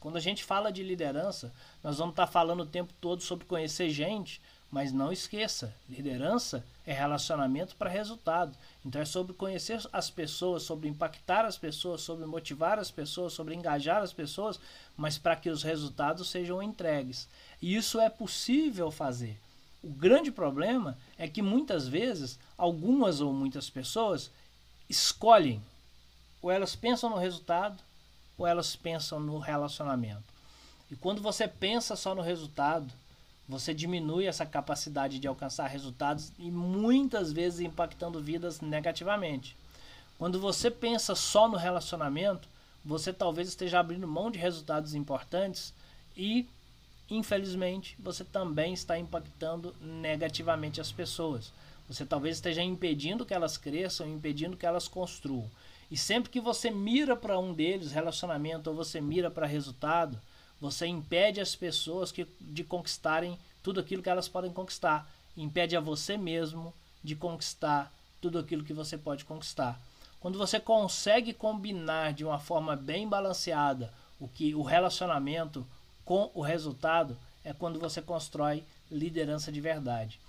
Quando a gente fala de liderança, nós vamos estar falando o tempo todo sobre conhecer gente, mas não esqueça, liderança é relacionamento para resultado. Então é sobre conhecer as pessoas, sobre impactar as pessoas, sobre motivar as pessoas, sobre engajar as pessoas, mas para que os resultados sejam entregues. E isso é possível fazer. O grande problema é que muitas vezes, algumas ou muitas pessoas escolhem, ou elas pensam no resultado, ou elas pensam no relacionamento. E quando você pensa só no resultado, você diminui essa capacidade de alcançar resultados e muitas vezes impactando vidas negativamente. Quando você pensa só no relacionamento, você talvez esteja abrindo mão de resultados importantes e, infelizmente, você também está impactando negativamente as pessoas. Você talvez esteja impedindo que elas cresçam, impedindo que elas construam. E sempre que você mira para um deles, relacionamento, ou você mira para resultado, você impede as pessoas de conquistarem tudo aquilo que elas podem conquistar. Impede a você mesmo de conquistar tudo aquilo que você pode conquistar. Quando você consegue combinar de uma forma bem balanceada o relacionamento com o resultado, é quando você constrói liderança de verdade.